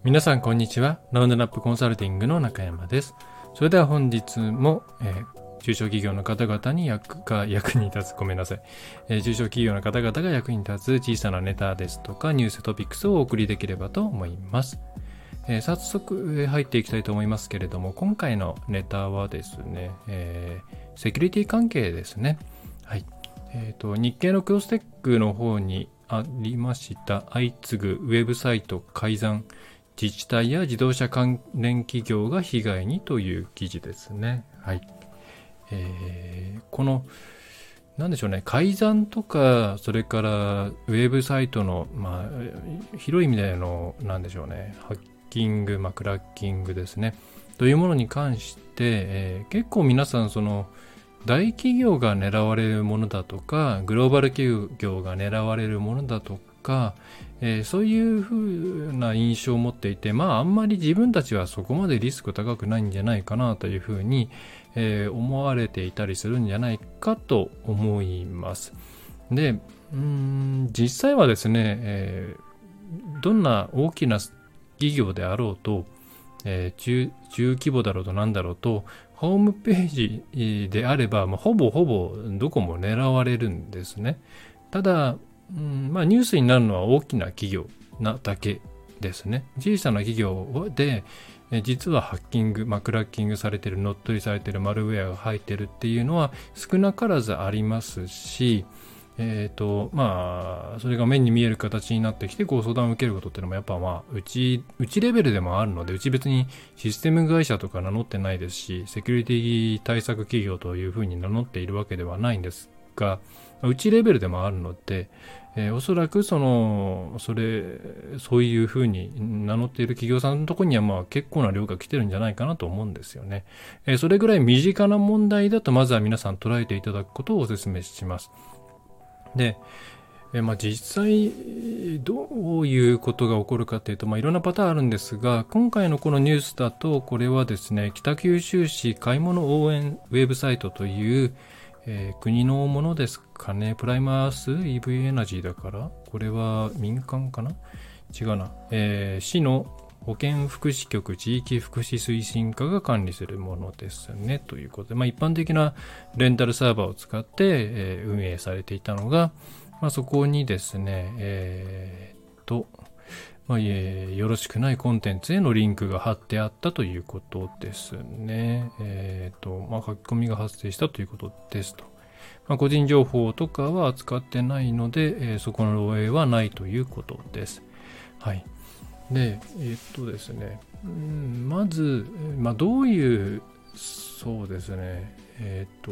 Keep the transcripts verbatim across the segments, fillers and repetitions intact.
皆さんこんにちは。ラウンドナップコンサルティングの中山です。それでは本日も、えー、中小企業の方々に役が役に立つ、ごめんなさい、えー、中小企業の方々が役に立つ小さなネタですとかニューストピックスをお送りできればと思います。えー、早速、えー、入っていきたいと思いますけれども、今回のネタはですね、えー、セキュリティ関係ですね。はい。えっと、日経のクロステックの方にありました相次ぐウェブサイト改ざん、自治体や自動車関連企業が被害にという記事ですね。はい。えー、このなんでしょうね、改ざんとか、それからウェブサイトの、まあ、広い意味での、なんでしょうね、ハッキング、まあ、クラッキングですね、というものに関して、えー、結構皆さん、その、大企業が狙われるものだとか、グローバル企業が狙われるものだとか、えー、そういうふうな印象を持っていて、まあ、あんまり自分たちはそこまでリスク高くないんじゃないかなというふうに、えー、思われていたりするんじゃないかと思います。で、うーん実際はですね、えー、どんな大きな企業であろうと、えー、中, 中規模だろうとなんだろうと、ホームページであれば、まあ、ほぼほぼどこも狙われるんですね。ただ、うんまあ、ニュースになるのは大きな企業なだけですね。小さな企業で、実はハッキング、まあ、クラッキングされている、乗っ取りされているマルウェアが入っているっていうのは少なからずありますし、えーとまあ、それが目に見える形になってきてご相談を受けることっていうのもやっぱまあうち、うちレベルでもあるので、うち別にシステム会社とか名乗ってないですし、セキュリティ対策企業というふうに名乗っているわけではないんですが、うちレベルでもあるので、えー、おそらくそのそれそういうふうに名乗っている企業さんのところにはまあ結構な量が来てるんじゃないかなと思うんですよね。えー、それぐらい身近な問題だとまずは皆さん捉えていただくことをお勧めします。で、えー、まあ実際どういうことが起こるかというと、まあ、いろんなパターンあるんですが、今回のこのニュースだとこれはですね、北九州市買い物応援ウェブサイトというえー、国のものですかね。プライマース イーブイ エナジーだから、これは民間かな、違うな、えー、市の保健福祉局地域福祉推進課が管理するものですねということで、まあ、一般的なレンタルサーバーを使って、えー、運営されていたのが、まあ、そこにですね、えー、っとまあ、えー、よろしくないコンテンツへのリンクが貼ってあったということですね。えっと、まあ、書き込みが発生したということですと。まあ、個人情報とかは扱ってないので、えー、そこの漏洩はないということです。はい。で、えっとですね、うんまず、まあ、どういう、そうですね、えっと、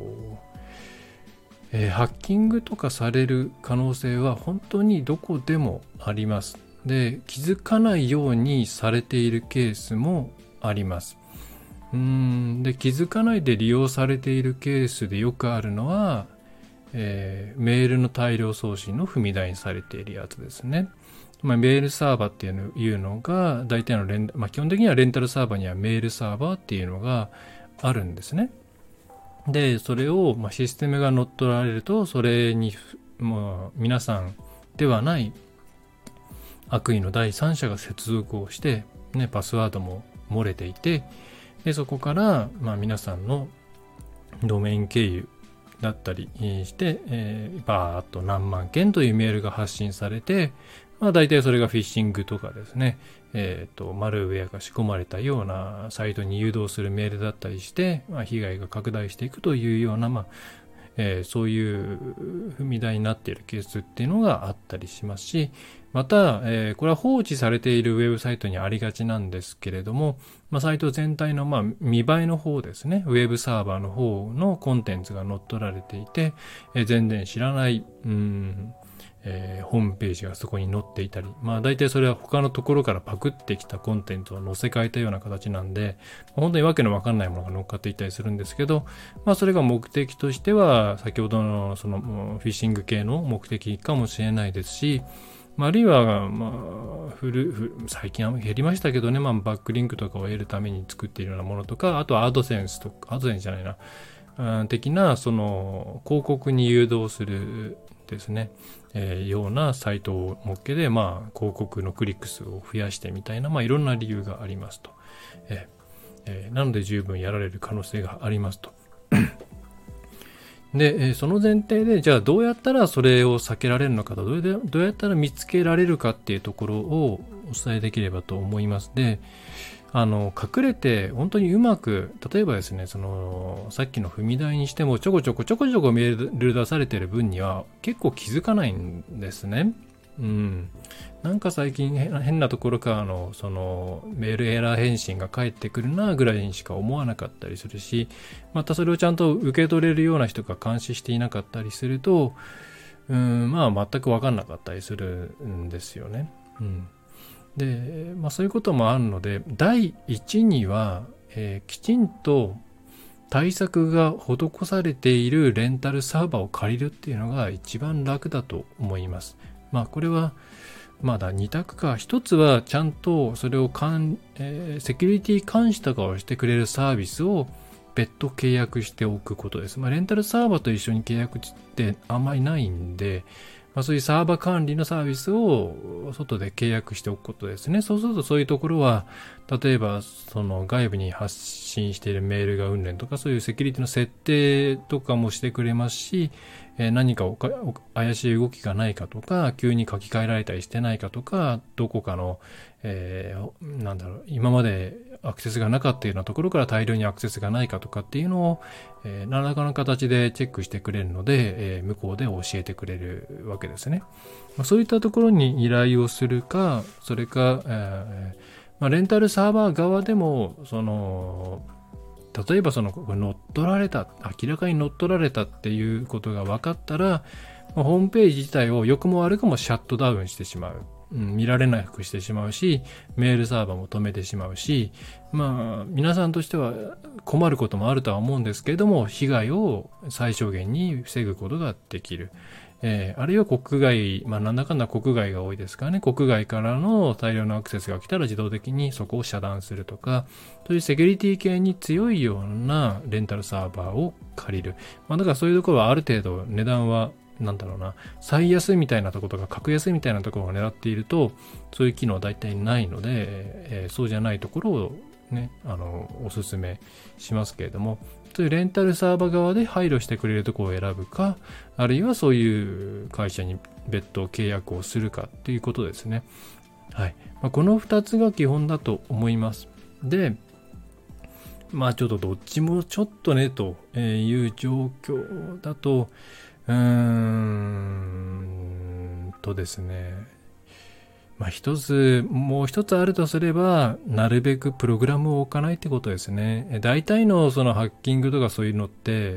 えー、ハッキングとかされる可能性は本当にどこでもあります。で、気づかないようにされているケースもあります。うーんで、気づかないで利用されているケースでよくあるのは、えー、メールの大量送信の踏み台にされているやつですね。まあ、メールサーバーっていうのが大体のレン、まあ、基本的にはレンタルサーバーにはメールサーバーっていうのがあるんですね。で、それを、まあ、システムが乗っ取られると、それにもう皆さんではない悪意の第三者が接続をして、ね、パスワードも漏れていて、でそこから、まあ、皆さんのドメイン経由だったりして、えー、バーっと何万件というメールが発信されて、まあ、大体それがフィッシングとかですね、えーと、マルウェアが仕込まれたようなサイトに誘導するメールだったりして、まあ、被害が拡大していくというような、まあえー、そういう踏み台になっているケースっていうのがあったりしますし、また、えー、これは放置されているウェブサイトにありがちなんですけれども、まあ、サイト全体のまあ見栄えの方ですね、ウェブサーバーの方のコンテンツが乗っ取られていて、えー、全然知らない、うんえー、ホームページがそこに載っていたり、まあ大体それは他のところからパクってきたコンテンツを載せ替えたような形なんで、本当にわけのわかんないものが乗っかっていたりするんですけど、まあそれが目的としては先ほどのそのフィッシング系の目的かもしれないですし、あるいは、まあ、古最近は減りましたけどね、まあ、バックリンクとかを得るために作っているようなものとか、あとはアドセンスとか、アドセンスじゃないな、的なその広告に誘導するですね、えー、ようなサイトを設けて、まあ、広告のクリック数を増やしてみたいな、まあ、いろんな理由がありますと。えーえー、なので十分やられる可能性がありますと。で、えー、その前提で、じゃあどうやったらそれを避けられるのかと、どうやどうやったら見つけられるかっていうところをお伝えできればと思います。で、あの、隠れて本当にうまく、例えばですね、その、さっきの踏み台にしてもちょこちょこちょこちょこメール出されてる分には結構気づかないんですね。うん。なんか最近変なところからの、その、メールエラー返信が返ってくるなぐらいにしか思わなかったりするし、またそれをちゃんと受け取れるような人が監視していなかったりすると、うん、まあ全く分かんなかったりするんですよね。うん。で、まあそういうこともあるので、第一には、えー、きちんと対策が施されているレンタルサーバーを借りるっていうのが一番楽だと思います。まあこれはまだに択か。一つはちゃんとそれをかん、えー、セキュリティ監視とかをしてくれるサービスを別途契約しておくことです。まあレンタルサーバーと一緒に契約ってあんまりないんで、まあ、そういうサーバー管理のサービスを外で契約しておくことですね。そうするとそういうところは、例えばその外部に発信しているメールがうんぬんとか、そういうセキュリティの設定とかもしてくれますし、えー、何かおかお怪しい動きがないかとか、急に書き換えられたりしてないかとか、どこかの、えー、なんだろう、今までアクセスがなかったようなところから大量にアクセスがないかとかっていうのを、えー、何らかの形でチェックしてくれるので、えー、向こうで教えてくれるわけですね。まあ、そういったところに依頼をするか、それか、えーまあ、レンタルサーバー側でも、その、例えばその乗っ取られた、明らかに乗っ取られたっていうことが分かったら、まあ、ホームページ自体を良くも悪くもシャットダウンしてしまう。うん、見られなくしてしまうし、メールサーバーも止めてしまうし、まあ、皆さんとしては困ることもあるとは思うんですけれども、被害を最小限に防ぐことができる。えー、あるいは国外、まあ、なんだかんだ国外が多いですからね、国外からの大量のアクセスが来たら自動的にそこを遮断するとか、そういうセキュリティ系に強いようなレンタルサーバーを借りる。まあ、だからそういうところはある程度値段はなんだろうな、最安みたいなところとか格安みたいなところを狙っていると、そういう機能は大体ないので、えー、そうじゃないところをね、あの、おすすめしますけれども、そういうレンタルサーバー側で配慮してくれるところを選ぶか、あるいはそういう会社に別途契約をするかっていうことですね。はい。まあ、この二つが基本だと思います。で、まあちょっとどっちもちょっとねという状況だと、うーんとですね、まあ一つ、もう一つあるとすれば、なるべくプログラムを置かないってことですね。大体のそのハッキングとかそういうのって、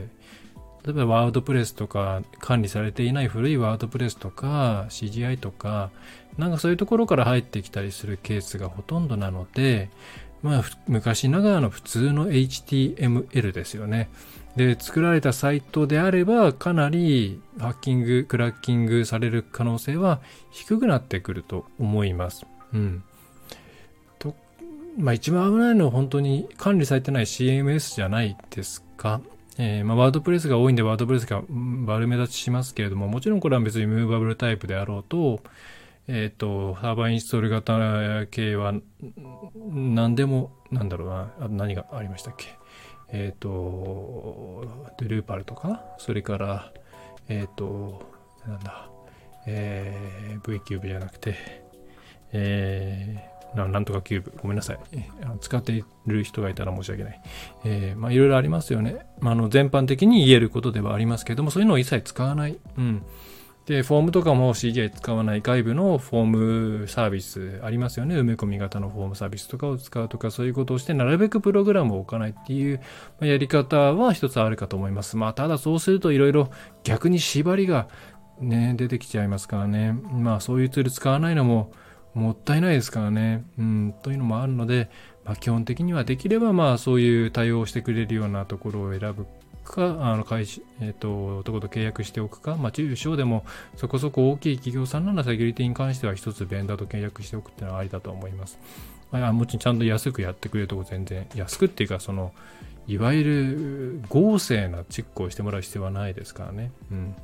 例えばワードプレスとか管理されていない古いワードプレスとか シージーアイ とか、なんかそういうところから入ってきたりするケースがほとんどなので、まあ昔ながらの普通の エイチティーエムエル ですよね。で、作られたサイトであれば、かなりハッキング、クラッキングされる可能性は低くなってくると思います。うん。と、まあ一番危ないのは本当に管理されてない シーエムエス じゃないですか。えー、まあワードプレスが多いんでワードプレスが悪目立ちしますけれども、もちろんこれは別にムーバブルタイプであろうと、えっと、サーバーインストール型系は何でも、なんだろうな、あと何がありましたっけ。えっ、ー、と、ドゥルーパルとか、それから、えっ、ー、と、なんだ、えー、V キューブじゃなくて、えー、ななんとかキューブ、ごめんなさい。使っている人がいたら申し訳ない。えー、まあ、いろいろありますよね。まあ、あの、全般的に言えることではありますけれども、そういうのを一切使わない。うん。で、フォームとかも シージーアイ 使わない外部のフォームサービスありますよね。埋め込み型のフォームサービスとかを使うとか、そういうことをして、なるべくプログラムを置かないっていうやり方は一つあるかと思います。まあ、ただそうするといろいろ逆に縛りがね、出てきちゃいますからね。まあ、そういうツール使わないのももったいないですからね。うん、というのもあるので、まあ、基本的にはできれば、まあ、そういう対応してくれるようなところを選ぶか、あの会社、えっ、ー、と、どこと契約しておくか、まあ、中小でもそこそこ大きい企業さんならセキュリティに関しては一つベンダーと契約しておくっていうのはありだと思います。まあ、もちろんちゃんと安くやってくれるとこ全然、安くっていうか、その、いわゆる合成なチェックをしてもらう必要はないですからね。うん。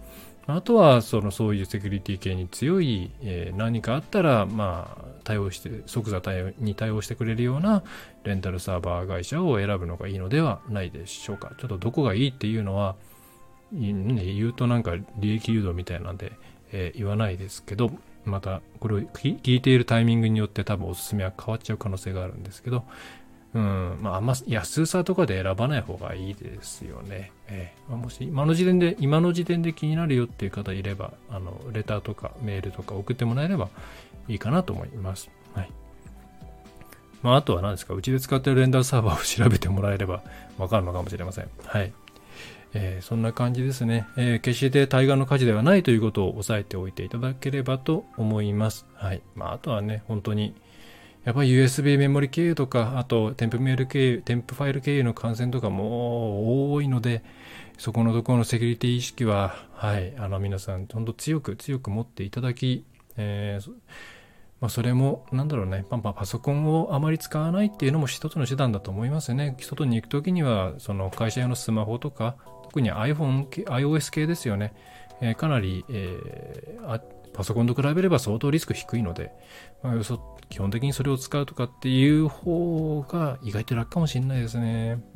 あとはそのそういうセキュリティ系に強い、えー、何かあったらまあ対応して即座対応に対応してくれるようなレンタルサーバー会社を選ぶのがいいのではないでしょうか。ちょっとどこがいいっていうのは、ね、言うとなんか利益誘導みたいなんで、えー、言わないですけど、またこれを聞いているタイミングによって多分おすすめは変わっちゃう可能性があるんですけど、うん、まああんま安さとかで選ばない方がいいですよね。えー、もし今の時点で今の時点で気になるよっていう方いれば、あのレターとかメールとか送ってもらえればいいかなと思います。はい。まああとは何ですか、うちで使っているレンダーサーバーを調べてもらえればわかるのかもしれません。はい。えー、そんな感じですね、えー。決して対岸の火事ではないということを押さえておいていただければと思います。はい。まああとはね、本当にやっぱり ユーエスビー メモリ経由とか、あと添付メール経由、添付ファイル経由の感染とかも多いので、そこのところのセキュリティ意識は、はい、あの皆さん、本当強く強く持っていただき、えーまあ、それも、なんだろうね、パンパンパソコンをあまり使わないっていうのも一つの手段だと思いますね。外に行くときには、その会社用のスマホとか、特に iPhone、iOS 系ですよね。えー、かなり、えー、あパソコンと比べれば相当リスク低いので、まあ、基本的にそれを使うとかっていう方が意外と楽かもしれないですね。うん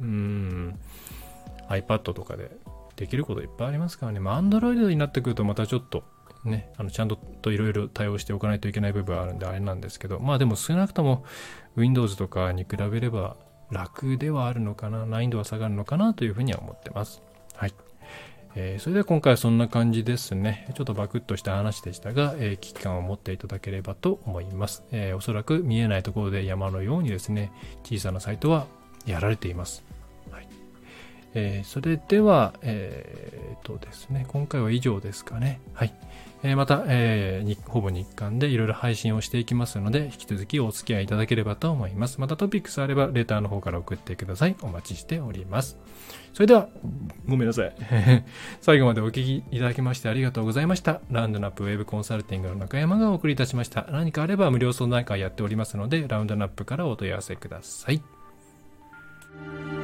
。iPad とかでできることいっぱいありますからね。まあ、Android になってくるとまたちょっとね、あのちゃんといろいろ対応しておかないといけない部分はあるんであれなんですけど、まあでも少なくとも Windows とかに比べれば楽ではあるのかな、難易度は下がるのかなというふうには思ってます。はい。えー、それでは今回はそんな感じですね。ちょっとバクッとした話でしたが、えー、危機感を持っていただければと思います。えー、おそらく見えないところで山のようにですね、小さなサイトはやられています。はい。えー、それでは、えー、とですね、今回は以上ですかね。はい。えー、また、えー、ほぼ日刊でいろいろ配信をしていきますので、引き続きお付き合いいただければと思います。またトピックスあれば、レターの方から送ってください。お待ちしております。それでは、ごめんなさい。最後までお聞きいただきましてありがとうございました。ラウンドナップウェブコンサルティングの中山がお送りいたしました。何かあれば無料相談会やっておりますので、ラウンドナップからお問い合わせください。